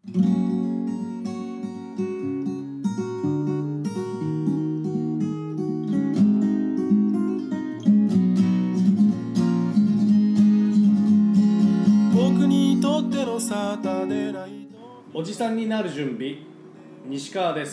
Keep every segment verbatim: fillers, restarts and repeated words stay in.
僕にとってのサタデーナイト。 おじさんになる準備、西川です。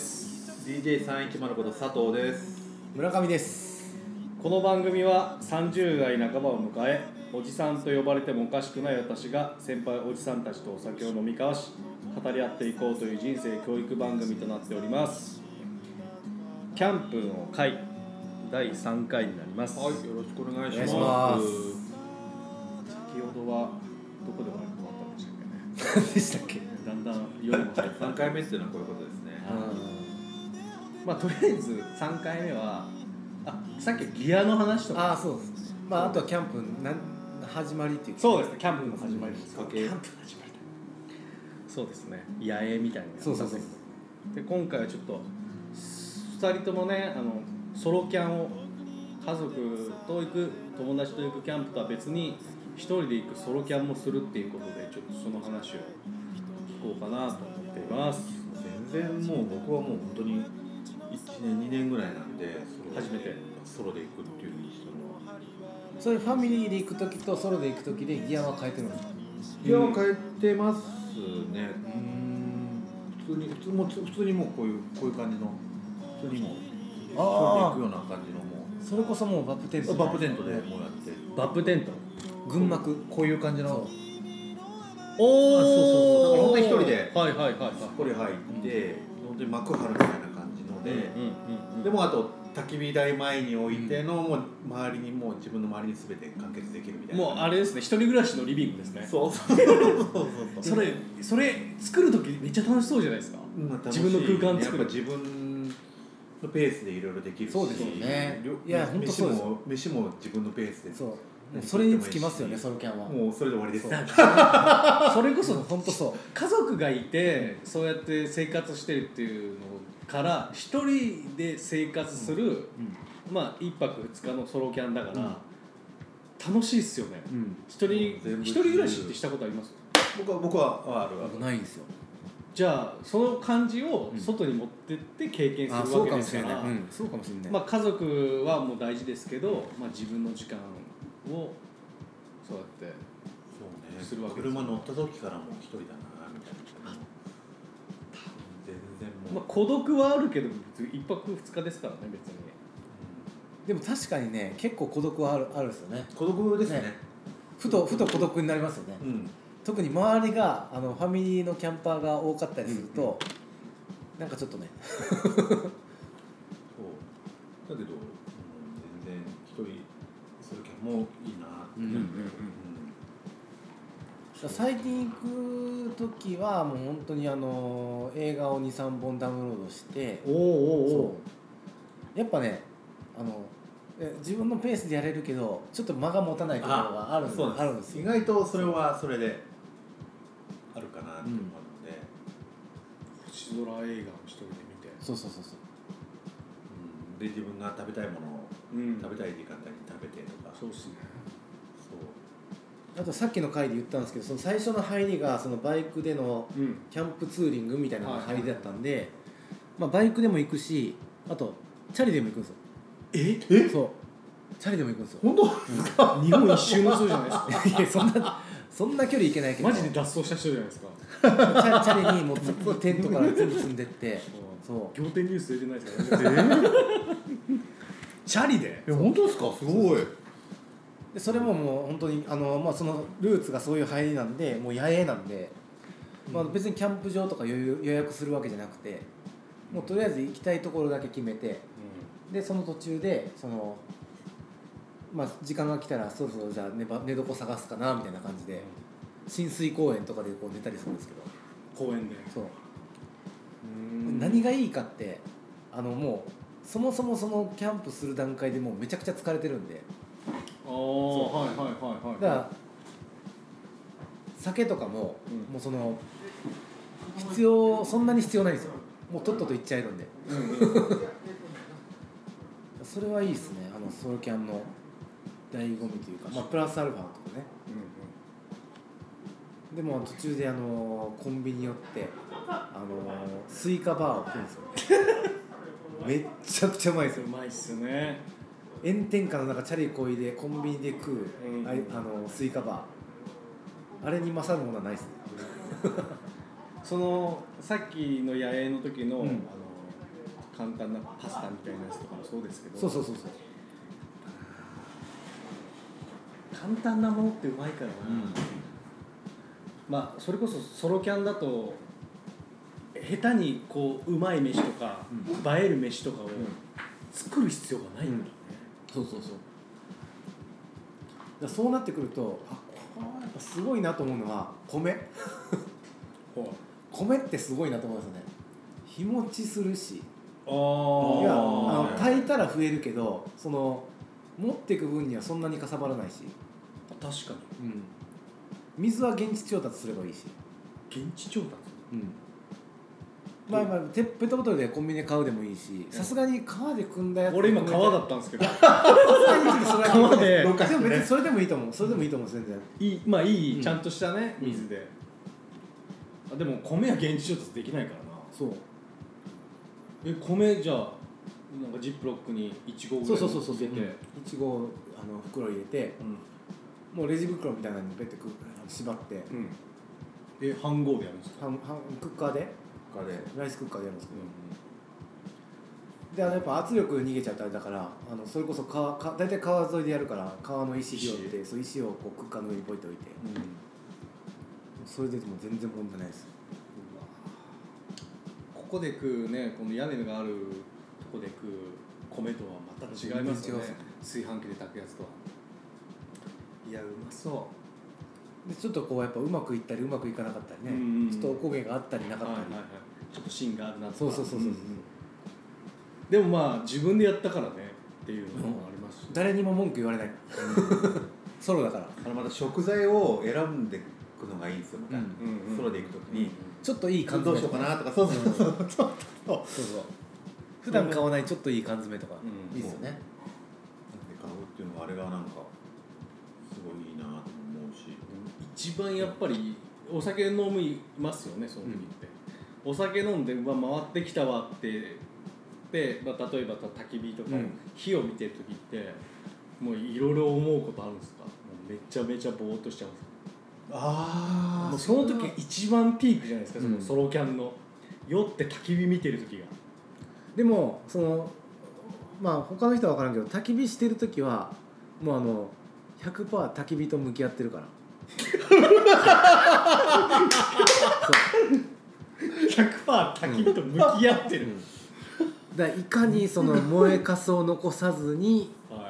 ディージェーさんいちまる こと佐藤です。 村上です。 この番組はさんじゅう代半ばを迎え、おじさんと呼ばれてもおかしくない私が先輩おじさんたちとお酒を飲み交わし語り合っていこうという人生教育番組となっております。キャンプの会だいさんかいになります。 はい、よろしくお願いします。 お願いします。 先ほどはどこで終わったんでしたっけね。 何でしたっけ。 だんだん夜も入ってさんかいめっていうのはこういうことですね。 まあとりあえずさんかいめはあさっきギアの話とか。 ああ、そうです。まああとはキャンプなん始まりっていうか。 そうですね、キャンプの始まりです。 キャンプの始まり。そうですね、野営みたいな。 そうそうそう。 で今回はちょっとふたりともね、あのソロキャンを家族と行く友達と行くキャンプとは別に一人で行くソロキャンもするっていうことで、ちょっとその話を聞こうかなと思っています。 全然もう僕はもう本当にいちねんにねんぐらいなんで初めてソロで行くっていう人のそれファミリーで行くときとソロで行くときでギアは変えてるんですか。 ギアは変えてますね。 うーん。 普通に普通も普通にもうこういうこういう感じの普通にもう一人で行あくような感じのもあ、それこそもうバップテント。 うバップテントでもうやってバップテント。 群幕。 こういう感じのそうおあそうそうそうだから本当に一人ではいはいはいはい。 これ入って本当に幕張みたいな感じので、 うんうんうん、 でもあと焚き火台前に置いての、もう周りにもう自分の周りに全て完結できるみたいな。 もうあれですね、一人暮らしのリビングですね。 そうそうそうそうそれそれ作る時めっちゃ楽しそうじゃないですか。 うん、 自分の空間作る。 やっぱ自分のペースでいろいろできるし、 そうですよねりょいや本当そうですよ。 飯も飯も自分のペースで。 そう。もうそれにつきますよね、ソロキャンは。 もうそれで終わりです。 そうそれこそ本当そう。 家族がいてそうやって生活してるっていうのから一人で生活する、 うんまあいっぱくふつかのソロキャンだから、うん、楽しいっすよね。 うん。 一人一人暮らしってしたことあります？ 僕は僕はあるある。 ないんですよ。 じゃあその感じを外に持ってって経験するわけですから、 うん、そうかもしれない。 まあ家族はもう大事ですけど、まあ自分の時間をそうやってそうね。 するわけです。 車乗った時からもう一人だなみたいな。全然もう。 まあ孤独はあるけど別にいっぱくふつかですからね別に。 でも確かにね、結構孤独はあるあるんですよね。 孤独ですね。 ねふとふと孤独になりますよね。 うん。 特に周りがあのファミリーのキャンパーが多かったりすると、うん、なんかちょっとねそうだけど、うん、全然一人するキャンもいいなって、うんうんうん、 最近行く時はもう本当にあの映画を にさんぼんダウンロードして、 おーおーおーやっぱねあの自分のペースでやれるけどちょっと間が持たないところがあるんです。あるんですよ。 意外とそれはそれであるかなと思うので、 うん、星空映画を一人で見て、 そうそうそうそう、 うん、で自分が食べたいものを、うん、食べたい時間帯に食べてとか。 そうですね。 そうあとさっきの回で言ったんですけど、その最初の入りがそのバイクでのキャンプツーリングみたいなのが入りだったんで、はいはいはい、まあ、バイクでも行くし、あとチャリでも行くんですよ。 ええそうチャリでも行くんですよ。 本当ですか、 うん、日本一周の人じゃないですか。 いやそんなそんな距離行けないけどマジで脱走した人じゃないですか。 チャ, チャリにもうテントから全部積んでってそう仰天ニュース出てないですからね。えー、チャリでいや本当ですか、すごい。 でそれももう本当にあの、まあ、そのルーツがそういう入りなんで、もう野営なんで、まあ、別にキャンプ場とか予約するわけじゃなくて、もうとりあえず行きたいところだけ決めて、うん、でその途中でその、まあ、時間が来たらそろそろじゃあ 寝, 寝床探すかなみたいな感じで、親水公園とかでこう寝たりするんですけど、 公園でそううん何がいいかってあのもうそもそもそのキャンプする段階でもうめちゃくちゃ疲れてるんで、 ああはいはいはいはい、 だから酒とかも、うん、もうその必要そんなに必要ないんですよ。もうとっとと行っちゃえるんで、うん、それはいいですね、あのソロキャンの醍醐味というか、まあ、プラスアルファとかね、うんうん、 でも途中であのコンビニ寄ってあのスイカバーを食うんですよめっちゃくちゃうまいですよ。 うまいっすね。 炎天下の中チャリこいでコンビニで食う、 うん、 あ, あのスイカバーあれに勝るものはないですねそのさっきの野営の時の、うん、あの簡単なパスタみたいなやつとかもそうですけど、 そうそうそうそう簡単なものってうまいからな、うん、まあそれこそソロキャンだと下手にこううまい飯とか、うん、映える飯とかを作る必要がないんだよね、 うん、そうそうそうだそうなってくるとあこれやっぱすごいなと思うのは米米ってすごいなと思いますよね。日持ちするしあいやあの炊いたら増えるけどその持っていく分にはそんなにかさばらないし確かに、うん、水は現地調達すればいいし現地調達うんまあまあペットボトルでコンビニで買うでもいいしさすがに川で汲んだやつ俺今川だったんですけど川ででも別にそれでもいいと思うそれでもいいと思う全然いいまあいい、うん、ちゃんとしたね水で、うん、でも米は現地調達できないからな。 そうえ米じゃあなんかジップロックにいちごぐらい入れていちごあの袋入れて、うん、もうレジ袋みたいなのにペッて縛って、うん、 え飯盒でやるんですか。 クッカーででライスクッカーでやるんですけど、うん、であのやっぱ圧力逃げちゃったらだからあのそれこそ川か大体川沿いでやるから川の石拾ってそう石をこうクッカーの上にポイっておいて、うん、それでも全然問題ないです。 ここで食うねこの屋根があるとこで食う米とはまた違いますよね。炊飯器で炊くやつとはいやうまそうでちょっとこうやっぱうまくいったりうまくいかなかったりね、うんうん、ちょっとおこげがあったりなかったり、はいはいはい、 ちょっと芯があるなとかそうそうそうそう、うんうん、 でもまあ自分でやったからねっていうのもありますし、 うん、誰にも文句言われないソロだからあのまた食材を選んでいくのがいいんですよ、また、うんうん、ソロで行くときに、うん、 ちょっといい缶詰どうしようかなとかそうそうそうそうそうそう普段買わないちょっといい缶詰とか、うん、いいですよね。 なんで買うっていうのはあれがなんかすごいいいなと思うし、 一番やっぱりお酒飲みますよねその時って、うん、お酒飲んで、まあ、回ってきたわってで、まあ、例えば焚き火とか、うん、火を見てる時ってもういろいろ思うことあるんですか。もうめちゃめちゃぼーっとしちゃうんですか。 あもうその時一番ピークじゃないですか、そのソロキャンの酔って焚き火見てる時が。 でもそのまあ他の人は分からんけど焚き火してる時はもうあの ひゃくパーセント 焚き火と向き合ってるからひゃくパーセント 焚き火と向き合ってる、うん、 だからいかにその燃えかすを残さずに、はい、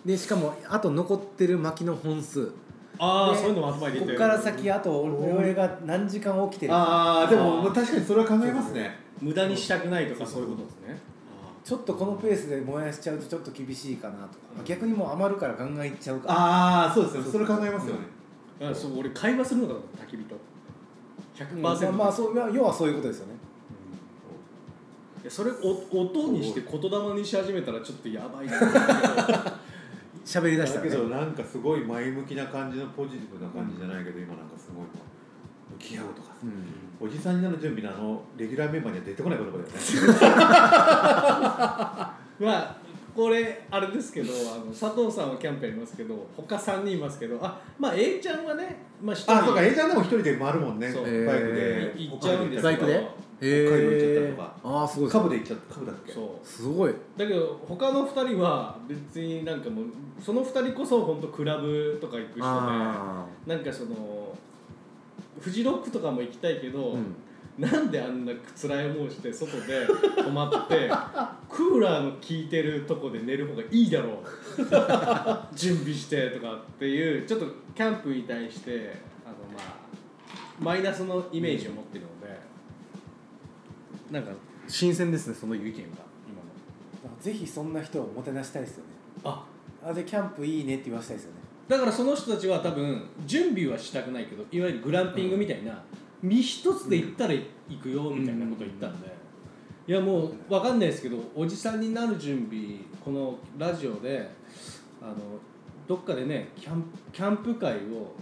でしかもあと残ってる薪の本数ああそういうのも頭に入れてここから先あと俺が何時間起きてるああでも確かにそれは考えますね。 無駄にしたくないとかそういうことですね。 ちょっとこのペースで燃やしちゃうとちょっと厳しいかなとか、うん、逆にもう余るからガンガンいっちゃうからああそうですねそれ考えますよね、 うん、だからそう俺会話するのかと焚き火と ひゃくパーセント、 うん、まあ、まあ、そう要はそういうことですよね、 うん、いやそれお音にして言霊にし始めたらちょっとやばいな喋りだしたら、ね、 だけどなんかすごい前向きな感じのポジティブな感じじゃないけど、うん、今なんかすごい向き合うとかさ、うん、おじさんになる準備のあのレギュラーメンバーには出てこない言葉だよねまあこれあれですけどあの佐藤さんはキャンプやりますけど他さんにんいますけどあまあ A ちゃんはねまあ一人あそうか A ちゃんでも一人で回るもんねバイクで行っちゃうんですけどバイクで北海道行っちゃったりとかあすごいカブで行っちゃったカブだっけそうすごいだけど他のふたりは別になんかもうそのふたりこそ本当クラブとか行く人でなんかそのフジロックとかも行きたいけど、うん、なんであんな辛い思いして外で泊まってクーラーの効いてるとこで寝る方がいいだろう準備してとかっていうちょっとキャンプに対してあの、まあ、マイナスのイメージを持ってるので、うん、なんか新鮮ですねその意見が今の。 ぜひそんな人をもてなしたいですよね。 ああでキャンプいいねって言わせたいですよね。 だからその人たちは多分準備はしたくないけどいわゆるグランピングみたいな、うん、身一つで行ったら行くよみたいなことを言ったんで、うん、いやもう分かんないですけどおじさんになる準備このラジオであのどっかでねキャン、キャンプ会を、まあ、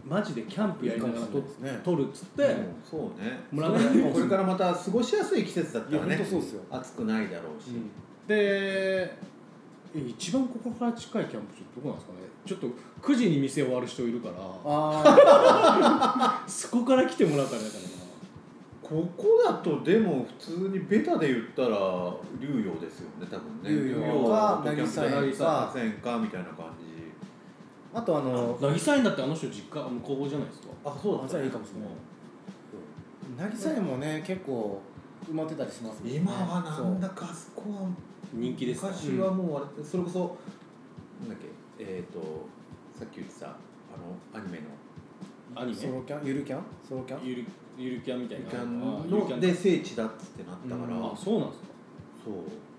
マジでキャンプやりながら撮ね撮るっつって、 うんそうね村上これからまた過ごしやすい季節だったらねいや本当そうですよ暑くないだろうし、 で一番ここから近いキャンプ場どこなんですかね。ちょっとくじに店終わる人いるからあそこから来てもらったらだからな。 ここだとでも普通にベタで言ったら竜陽ですよね多分ね竜陽か渚園か渚園かみたいな感じ。 あとあの渚園だってあの人実家向こうじゃないですか。 あそうだあじゃあいいかもしれない渚園もね結構埋まってたりしますもんね。 今はなんだかあそこは人気ですか。 昔はもうあれそれこそなんだっけえっ、ー、とさっき言ってたあのアニメのアニメソロキャンゆるキャンソロキャンゆるゆるキャンみたいなキャあンゆるキャンので聖地だっつってなったから、 あそうなんですか。 そう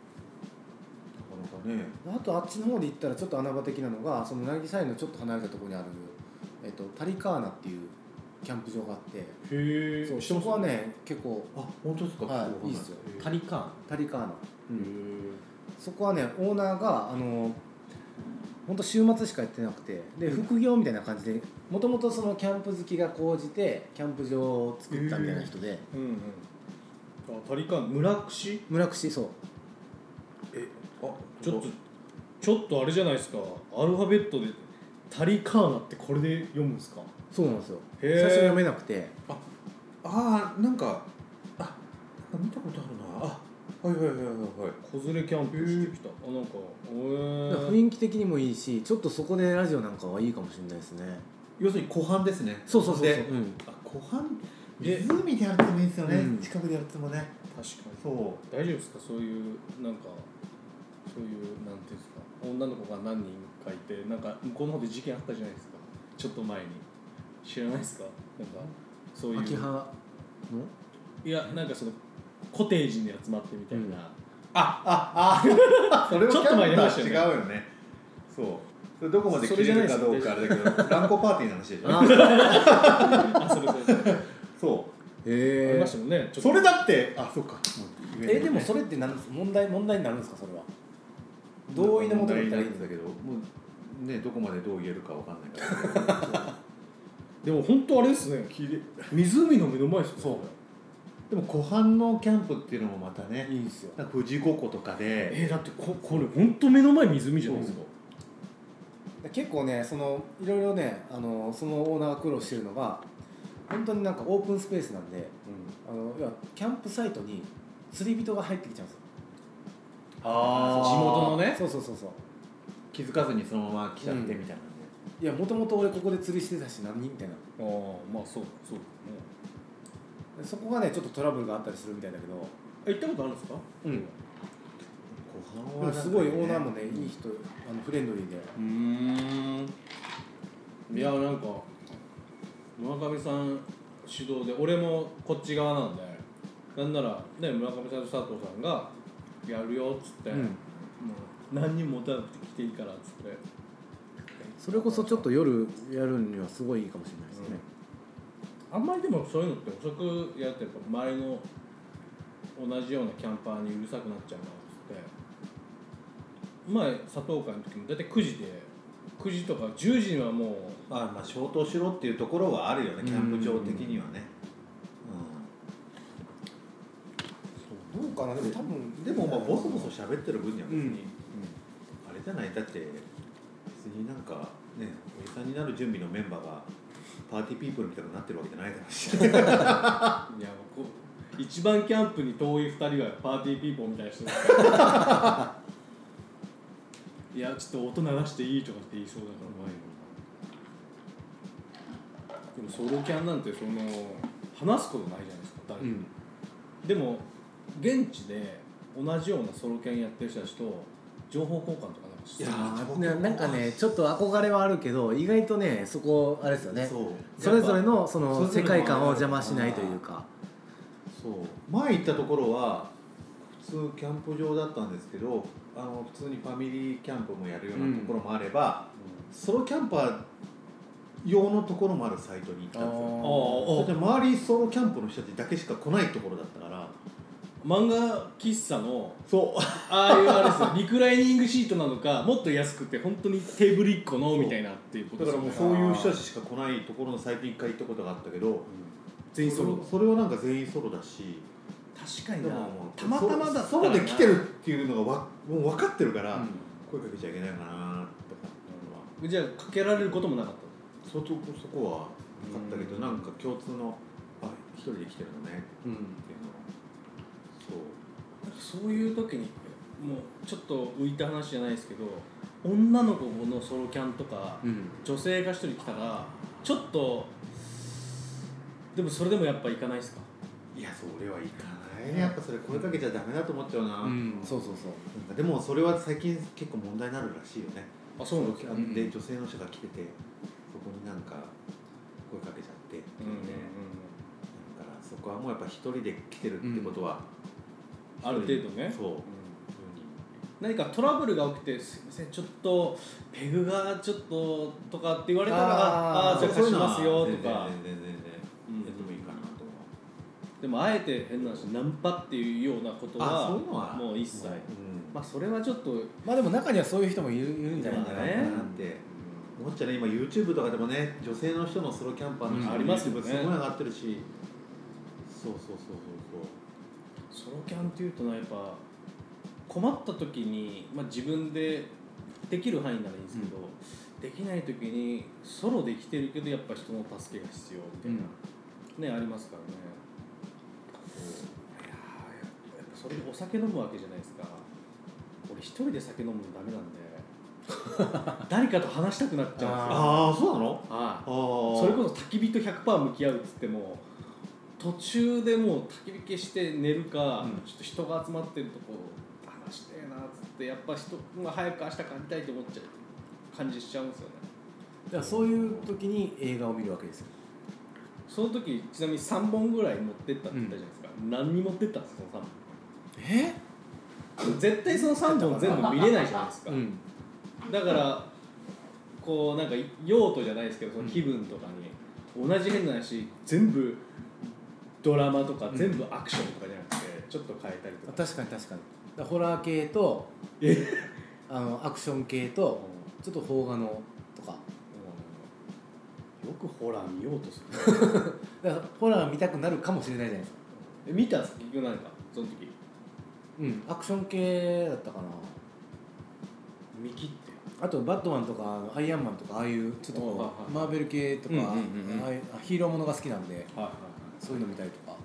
なかなかねあとあっちの方で行ったらちょっと穴場的なのがその渚園のちょっと離れたところにある、えっと、タリカーナっていうキャンプ場があってへえ。 そうそこはね結構あ本当ですか。 はいいいですよタリカーン。 タリカーナ、 へそこはねオーナーがあの本当週末しかやってなくてで副業みたいな感じでもともとそのキャンプ好きが高じてキャンプ場を作ったみたいな人で、 うんうん。あタリカーン村串。 村串そうえあちょっとちょっとあれじゃないですか。アルファベットでタリカーナってこれで読むんですか。 そうなんですよへー最初読めなくてああなんかあなんか見たことあるなあはいはいはいはいはい子連れキャンプしてきた。あなんかえー、 雰囲気的にもいいしちょっとそこでラジオなんかはいいかもしれないですね。 要するに湖畔ですね。 そうそうそうそう、 でうん、 あ湖畔で湖でやるってもいいですよね、 うん近くでやるってもね確かに。 そう大丈夫ですかそういうなんかそういうなんていうんですか女の子が何人かいてなんか向こうの方で事件あったじゃないですかちょっと前に。知らないですかなんかそういう秋葉のいやなんかそのコテージに集まってみたいな、 あああそれはちょっと前にキャン話したよねプとは違うよねそうそれどこまで切れるかどうかあれだけどランコパーティーの話でしょあそれそれそれそありへましたもんねちょっとそれだってあそうかえでもそれって何です問題問題になるんですかそれは同意のもとだったらいいんだけだけどもうねどこまでどう言えるかわかんないからでも本当あれですね湖の目の前ですね。 そうでも湖畔のキャンプっていうのもまたねいいですよなんか富士五湖とかでえー、だってここれ本当目の前湖じゃないですか。 結構ねそのいろいろねあのそのオーナーが苦労してるのが本当になんかオープンスペースなんで、あの要はキャンプサイトに釣り人が入ってきちゃうんですよ。 あー地元のねそうそうそうそう気づかずにそのまま来ちゃってみたいなんで、 いやもともと俺ここで釣りしてたし何みたいなああまあそうそうでそこがねちょっとトラブルがあったりするみたいだけど、 え行ったことあるんですか。 うん、 湖でも畔はなんかねすごいオーナーもねいい人あのフレンドリーでうーんいやなんか村上さん主導で俺もこっち側なんでなんならね村上さんと佐藤さんがやるよっつって、 うんもう何人持たなくて来ていいからっつってそれこそちょっと夜やるにはすごいいいかもしれないですね、 あんまりでもそういうのって遅くやるとやっぱ周りの同じようなキャンパーにうるさくなっちゃうなっつって前佐藤会の時も大体くじでくじとかじゅうじにはもうあまあ消灯しろっていうところはあるよねキャンプ場的にはね、 どうかなでも多分うん、でもまあボソボソ喋ってる分には別に、 うんあれじゃないだって別になんかねおじさんになる準備のメンバーがパーティーピープルみたいになってるわけじゃないだろうしいやこう一番キャンプに遠いふたりがパーティーピーポーみたいな人だからいやちょっと音鳴らしていいとかって言いそうだから、でもソロキャンなんてその話すことないじゃないですか誰に、 うんでも現地で同じようなソロキャンやってる人たちと情報交換とかなんかしていやーねなんかねちょっと憧れはあるけど意外とねそこあれですよねそうそれぞれのそのそれぞれの世界観を邪魔しないというかそう前行ったところは普通キャンプ場だったんですけどあの普通にファミリーキャンプもやるようなところもあれば、ソロキャンパー用のところもあるサイトに行ったんですよ。 あーそれで周りソロキャンプの人たちだけしか来ないところだったから漫画喫茶のそうああいうあれですよリクライニングシートなのかもっと安くて本当にテーブルいっこのみたいなっていうことだですよね。 からもうそういう人たちしか来ないところの最近一回行ったことがあったけど、 全員ソロ。 それはなんか全員ソロだし、 確かになでももうたまたまだったらなソロで来てるっていうのがわもう分かってるから、 うん声かけちゃいけないかなとかっていうのはじゃあかけられることもなかった。 そこそこは分かったけど、 うんなんか共通のあ一人で来てるのねうんっていうのはそうなんかそういう時にもうちょっと浮いた話じゃないですけど女の子のソロキャンとか、 うん女性が一人来たらちょっとでもそれでもやっぱ行かないですか。 いやそれはいかないねやっぱそれ声かけちゃダメだと思っちゃうな、 うんそうそうそうなんかでもそれは最近結構問題になるらしいよね。 あそうなんですか。 ソロキャンで女性の人が来ててそこになんか声かけちゃってっていううんうんね、だからそこはもうやっぱ一人で来てるってことは、 ある程度ねそう、 何かトラブルが起きてすいませんちょっとペグがちょっととかって言われたらああーじゃあ貸しますよとか全然全然全然やってもいいかなと思う。 でもあえて変な話ナンパっていうようなことはあそういうのはもう一切、 うんまあそれはちょっとまあでも中にはそういう人もいるいるんじゃないかな、 ねなんて思っちゃね今 YouTube とかでもね女性の人のソロキャンパーの人うんありますよね YouTube すごい上がってるし、そうそうそうそうソロキャンっていうとねやっぱ困った時に、まあ、自分でできる範囲ならいいんですけど、できない時にソロできてるけどやっぱ人の助けが必要みたいな、ねありますからね。いやーやっぱそれでお酒飲むわけじゃないですか。俺一人で酒飲むのダメなんで誰かと話したくなっちゃうんですよ。 ああそうなの？ はいああそれこそ焚き火と ひゃくパーセント 向き合うっつっても途中でもう焚き火消して寝るか、 うんちょっと人が集まってるとこ話してえなっつってやっぱ人が早く明日帰りたいと思っちゃう感じしちゃうんですよね。 だからそういう時に映画を見るわけですよ。 その時ちなみにさんぼんぐらい持ってったって言ったじゃないですか、何に持ってったんですかそのえさんぼん絶対そのさんぼん全部見れないじゃないですか、 うんだからこうなんか用途じゃないですけどその気分とかに、同じ変な話全部ドラマとか全部アクションとかじゃなくてちょっと変えたりとか、 確かに確かにだからホラー系とあのアクション系とちょっと邦画のとかよくホラー見ようとするだからホラー見たくなるかもしれないじゃないですか。 え見たんですか結局何かその時うんアクション系だったかな。 見切ってあとバットマンとかアイアンマンとかああいうちょっとこうはいはいマーベル系とか、 うんうんうんうんああいうヒーローものが好きなんではいはいはいそういうの見たりとか。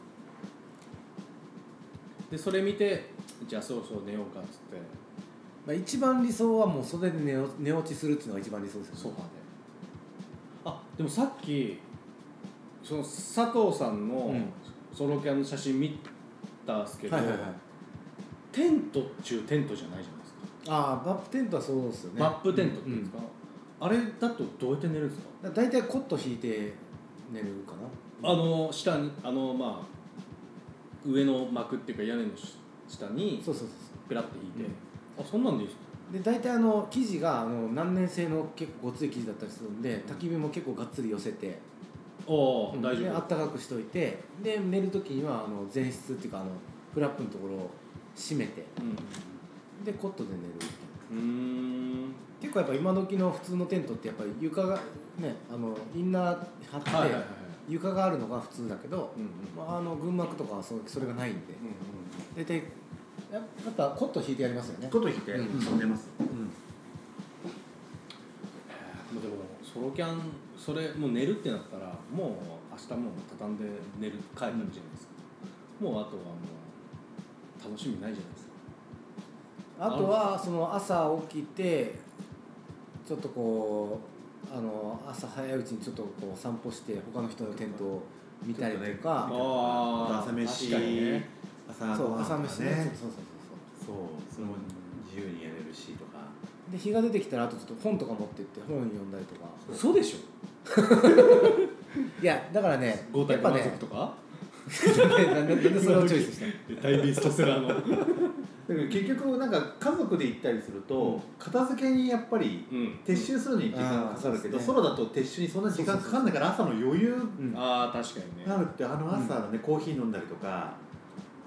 でそれ見てじゃあそろそろ寝ようかっつってまあ、一番理想はもう袖で寝お寝落ちするっていうのが一番理想ですよね。 ソファーであでもさっきその佐藤さんのうんソロキャンの写真見たんですけど、 はいはいはい。 テントっちゅうテントじゃないじゃないですか、 ああバップテントはそうですよね。 マップテントっていうんですか、あれだとどうやって寝るんですか。 だだいたいコット引いて寝るかな。 あの下にあのまあ上の幕っていうか屋根の下にそうそうそうペラッて引いて、あそんなんでいいですか。 そう。で大体あの生地があの何年製の結構ごつい生地だったりするんで、焚き火も結構がっつり寄せて、 ああ大丈であ夫。 ったかくしといて、で寝る時にはあの前室っていうかあのフラップのところを閉めて、でコットで寝る。 うんうーん結構やっぱ今時の普通のテントってやっぱり床がねあのインナー張って、 はいはいはいはい床があるのが普通だけど、 うんうんまあ、あの群幕とかはそそれがないんでうん大体ややっぱコット引いてやりますよね。 こと引いて、 うんそう寝ます。 うんうんでもソロキャンそれもう寝るってなったらもう明日もう畳んで寝る帰るじゃないですか、もうあとはもう楽しみないじゃないですか。 あとはその朝起きてちょっとこうあの朝早いうちにちょっとこう散歩して他の人のテントを見たりとか、 あ朝飯、 確かにね朝そうごはんとかね朝飯ねそうそうそうそうそれも自由にやれるしとか。 そうで日が出てきたらあとちょっと本とか持ってって本読んだりとか。 そうでしょ。 いやだからね豪体やっぱね満足とかなんでなんでそれをチョイスした大ビストセラーのだから結局なんか家族で行ったりすると、 うん片付けにやっぱりうん撤収するのに時間かかるけど、 うんソロだと撤収にそんな時間かかんないから朝の余裕うんああ確かにねがあるって、あの朝のね、コーヒー飲んだりとか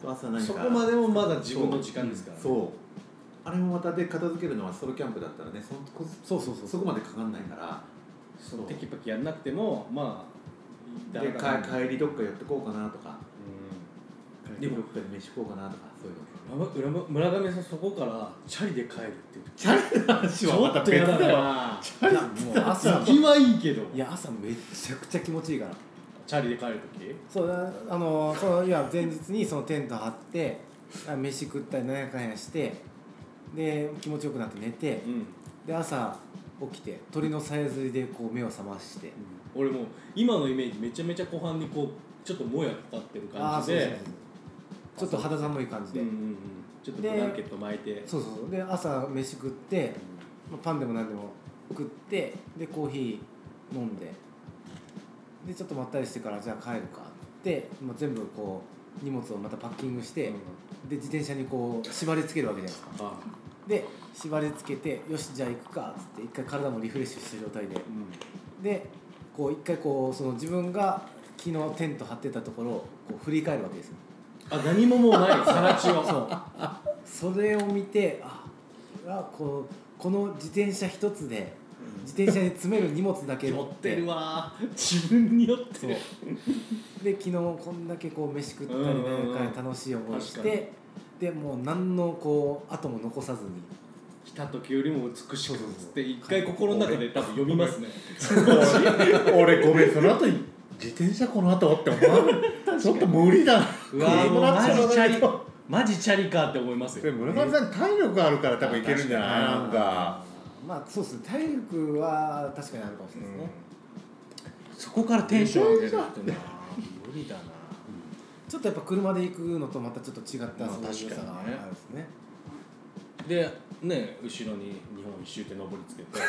朝何かそこまでもまだ自分の時間ですからね。 そう、あれもまたで片付けるのはソロキャンプだったらね、そこそうそうそうそこまでかかんないからそのテキパキやんなくてもまあでだらだら帰りどっか寄ってこうかなとか、 うん帰りどっかで飯食おうかなとか、そういうの村村上さんそこからチャリで帰るっていうチャリの話はまた別だよ。 いやもう朝行きはいいけどいや朝めちゃくちゃ気持ちいいから。 チャリで帰るときそうああのそのいや前日にそのテント張ってあ飯食ったりなんやかんやしてで気持ちよくなって寝て、 うんで朝起きて鳥のさえずりでこう目を覚まして、 俺もう今のイメージめちゃめちゃ後半にこうちょっともやかかってる感じでそうそうそうちょっと肌寒い感じで、 うんうんうん、ちょっとブランケット巻いてそうそうそうで朝飯食ってまあパンでも何でも食ってでコーヒー飲んででちょっとまったりしてからじゃあ帰るかってもう全部こう荷物をまたパッキングして、 うんで自転車にこう縛り付けるわけじゃないですか。 あで縛り付けてよしじゃあ行くかっつって一回体もリフレッシュした状態でうんでこう一回こうその自分が昨日テント張ってたところをこう振り返るわけですよ。 あ何ももうないさら地をそうそれを見てああこうこの自転車一つで自転車に詰める荷物だけ持っ持っててるわ自分によってそうで昨日こんだけこう飯食ったりなんか楽しい思いし確かにてでもう何のこう後も残さずに来た時よりも美しくっつって一回心の中で多分読みますね俺ごめんその後に自転車この後って思わないちょっと無理だな。 うわーもうマジチャリでマジチャリかって思いますよ村上さん体力あるから多分いけるんじゃないなんか。 まあそうですね体力は確かにあるかもしれないですね、 そこからテンション上げるってな無理だなちょっとやっぱ車で行くのとまたちょっと違ったまあそういう良さがあ確かにねるんですね。 でね後ろに日本一周で上りつけて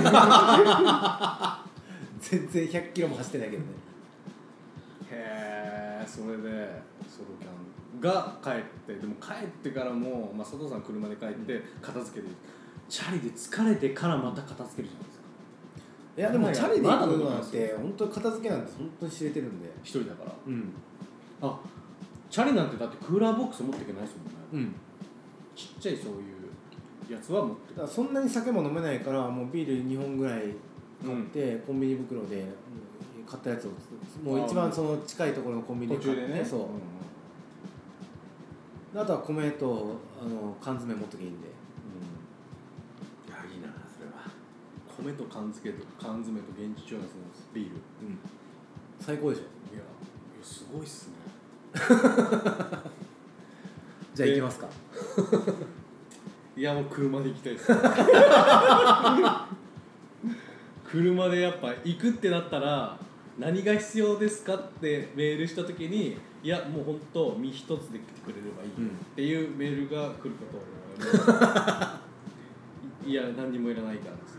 全然ひゃくキロも走ってないけどね。 へえそれでソロキャンが帰ってでも帰ってからも、まあ、佐藤さん車で帰って片付けてチャリで疲れてからまた片付けるじゃないですか。 いやでもチャリで行くのまだなんて本当に片付けなんて本当に知れてるんで。 一人だからうんあチャリなんてだってクーラーボックス持っていけないですもんね、 うん。 ちっちゃいそういうやつは持ってだからそんなに酒も飲めないからもうビールにほんぐらい買って、コンビニ袋でうん買ったやつをもう一番その近いところのコンビニで買ってそう、であとは米とあの缶詰持っときゃいいんで。 いやいいなそれは。 米と缶漬けと缶詰と現地調達のビールうん最高でしょ。 いやいやすごいっすねじゃあ行きますか。 いやもう車で行きたいです車でやっぱ行くってなったら何が必要ですかってメールした時にいやもう本当身一つで来てくれればいいうんっていうメールが来ることを思いますいや何にもいらないからです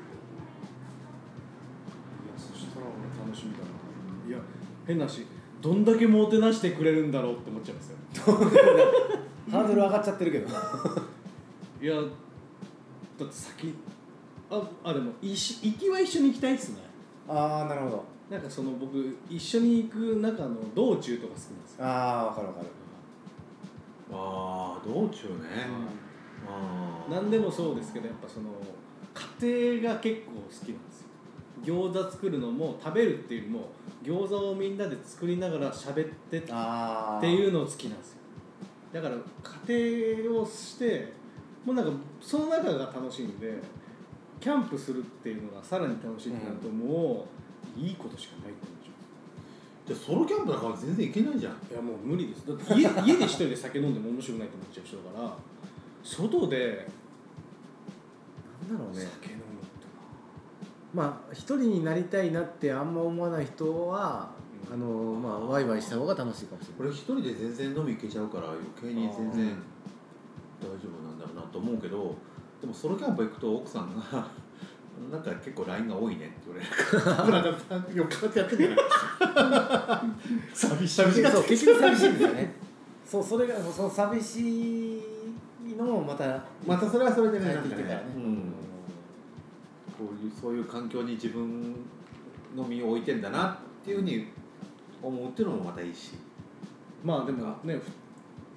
いやそしたら俺楽しみだないや変な話どんだけもてなしてくれるんだろうって思っちゃうんですよハードル上がっちゃってるけど。 いやだって先ああでもいし行きは一緒に行きたいっすねああなるほど。 なんかその僕一緒に行く中の道中とか好きなんですよああわかるわかる。 ああ道中ね。あ何でもそうですけどやっぱその家庭が結構好きなんですよ餃子作るのも食べるっていうよりも餃子をみんなで作りながら喋ってってああいうのを好きなんですよだから家庭をしてもうなんかその中が楽しいんでキャンプするっていうのがさらに楽しいってなるともういいことしかないと思っちゃうじゃあソロキャンプだから全然行けないじゃん。 いやもう無理ですだって家家で一人で酒飲んでも面白くないと思っちゃう人だから外でなんだろうね。 酒飲むってまあ一人になりたいなってあんま思わない人は、あのまあワイワイした方が楽しいかもしれない。 俺一人で全然飲み行けちゃうから余計に全然大丈夫なんだろうなと思うけど、でもソロキャンプ行くと奥さんがなんか結構 ライン が多いねって言われるからなんかよくやってるよ寂しい寂しいそう結局寂しいんですよね。そうそれがその寂しいのもまたまたそれはそれでね帰っなんかねてきてからね。 うんこういうそういう環境に自分の身を置いてんだなっていうふうに思うっていうのもまたいいし、 まあでもねふ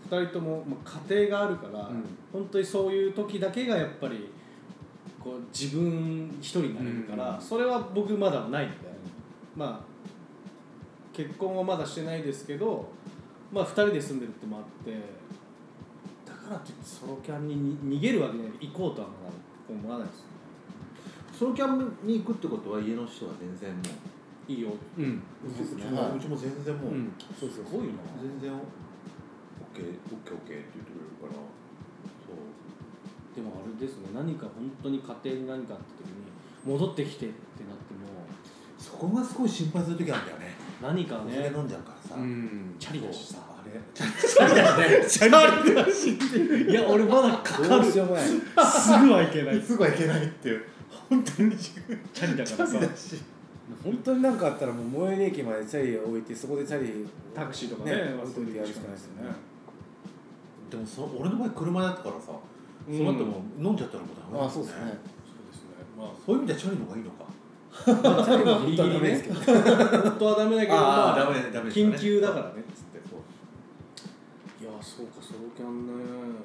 ふたりとも、まあ、家庭があるから、うん、本当にそういう時だけがやっぱりこう自分一人になれるから、うん、それは僕まだないんで、うん、まあ結婚はまだしてないですけど、まあ、ふたりで住んでるってもあってだからといってソロキャンに逃げるわけじゃない行こうとは思わないですよね。 ソロキャンに行くってことは家の人は全然もういいよ、 うん、うちも、はい、うちも全然もう、うん、 そうすごいな全然 OK、OK、OK って言ってくれるからそうでもあれですね何か本当に家庭に何かあった時に戻ってきてってなってもそこがすごい心配する時あるんだよね。 何かねお酒飲んじゃうからさ、うん、 チャリだしさあれチャリだねチャリだしっていや俺まだかかるすぐはいけないすぐはいけないっていう本当にチャリだからさ本当に何かあったらもう最寄り駅までチャリを置いてそこでチャリタクシーとかね置いてやるしかないですよね。 でもそ俺の場合車だったからさ、うん、その後も飲んじゃったらもうダメだ、ね、 あそうですね。 そうですね。まあそういう意味ではチャリの方がいいのか。 チャリも本当はダメですけど、 本当はダメだけど、まあダメダメ緊急だからねっつってこう。いやそうかソロキャンね。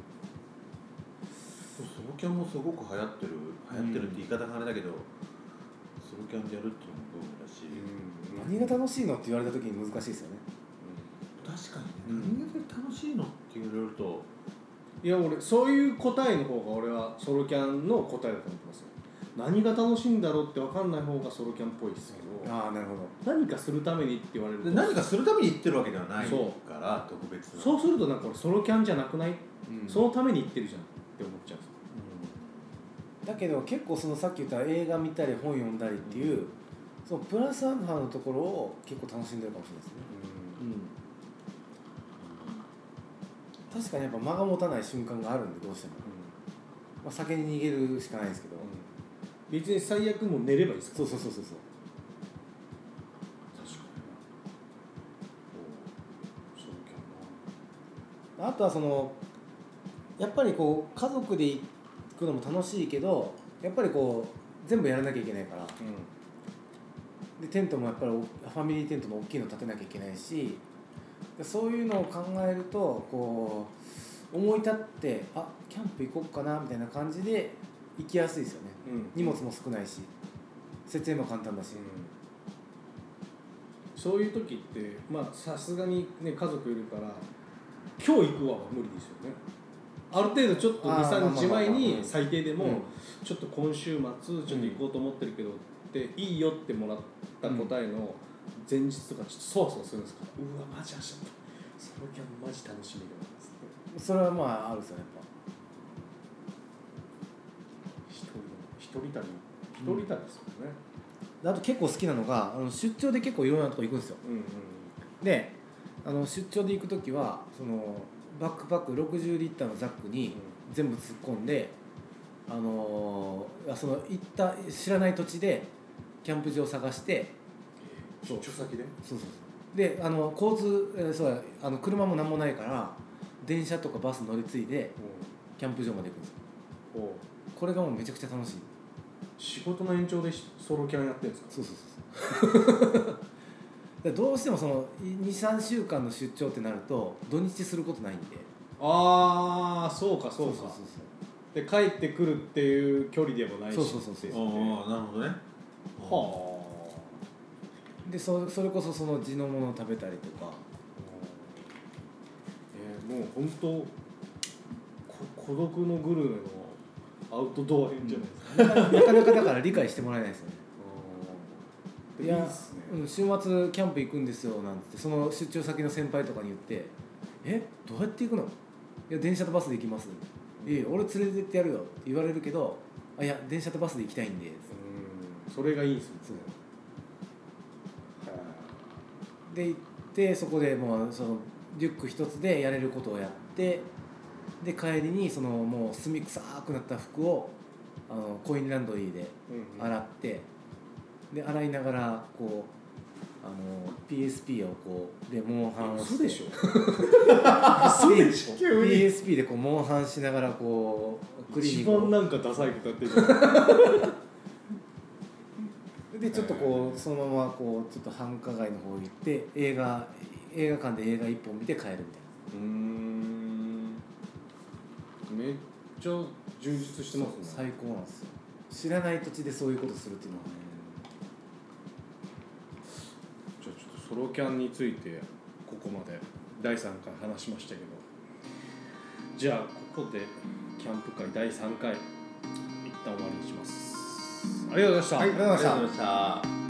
ソロキャンもすごく流行ってる流行ってるって言い方があれだけど、うん、ソロキャンでやるっていうのもブームだし、 うん、何が楽しいのって言われた時に難しいですよね。 うん、確かにね、うん、何が楽しいのって言われるといや俺そういう答えの方が俺はソロキャンの答えだと思ってますよ。何が楽しいんだろうって分かんない方がソロキャンっぽいですけど、 ああなるほど。 何かするためにって言われると何かするために行ってるわけではないから特別なそうするとなんか俺ソロキャンじゃなくない、うん、そのために行ってるじゃんって思っちゃうんですよ、 うん、だけど結構そのさっき言った映画見たり本読んだりっていう、うん、そのプラスアルファのところを結構楽しんでるかもしれないですね、うんうん、確かにやっぱ間が持たない瞬間があるんでどうしても、うんまあ、酒に逃げるしかないですけど、うん別に最悪もう寝ればいいですか。 そうそうそうそうそう確かにそうかな。あとはそのやっぱりこう家族で行くのも楽しいけどやっぱりこう全部やらなきゃいけないから、うん、でテントもやっぱりファミリーテントの大きいの立てなきゃいけないしそういうのを考えるとこう思い立ってあキャンプ行こうかなみたいな感じで行きやすいですよね、うん、荷物も少ないし設営も簡単だし、うん、 そういう時ってまあさすがにね家族いるから今日行くわは無理ですよね。ある程度ちょっと にさんにちまえに最低でも、うん、ちょっと今週末ちょっと行こうと思ってるけど、うん、っていいよってもらった答えの前日とかちょっとそわそわするんですか。うわマジ明日ソロキャンマジ楽しみだなっつって。 それはまああるですよねやっぱ一人旅一人旅ですよね、 うん、あと結構好きなのがあの出張で結構いろんなとこ行くんですよ、うんうん、であの出張で行く時はそのバックパックろくじゅうリッターのザックに全部突っ込んで、あのー、その行った知らない土地でキャンプ場を探して出張先でそうそうそうであの交通、えー、そうやあの車も何もないから電車とかバス乗り継いでキャンプ場まで行くんですよ。これがもうめちゃくちゃ楽しい。 仕事の延長でソロキャンやってるんですか。 そうそうそうそうどうしてもその にさんしゅうかんの出張ってなると土日することないんで。 ああそうかそうか。そうそうそうそうで帰ってくるっていう距離でもないし。 そうそうそうそう。 ああなるほどね。 はあ。で そ, それこそその地のものを食べたりとか。 えー、もう本当孤独のグルメのアウトドア編じゃないですか、 うん、なかなかだから理解してもらえないですよね。いやいいっすね、 うん、週末キャンプ行くんですよなんてその出張先の先輩とかに言ってえどうやって行くの。いや電車とバスで行きます。いや俺連れてってやるよって言われるけどあいや電車とバスで行きたいんでうんそれがいいですね。 で行ってそこでもうそのリュック一つでやれることをやってで帰りにそのもう墨臭くなった服をあのコインランドリーで洗って、うんうん、で洗いながらこうあの ピーエスピー をこうでモンハンをして嘘でしょ嘘でしょピーエスピー でこうモンハンしながらこうクリニック一番なんかダサいことやってるじゃんでちょっとこうそのままこうちょっと繁華街の方行って映画映画館で映画一本見て帰るみたいな。 うーんめっちゃ充実してますね。 最高なんですよ。知らない土地でそういうことするっていうのはね。 じゃあちょっとソロキャンについてここまでだいさんかい話しましたけど、じゃあここでキャンプ会だいさんかい一旦終わりにします。ありがとうございました。 はい、ありがとうございました。 ありがとうございました。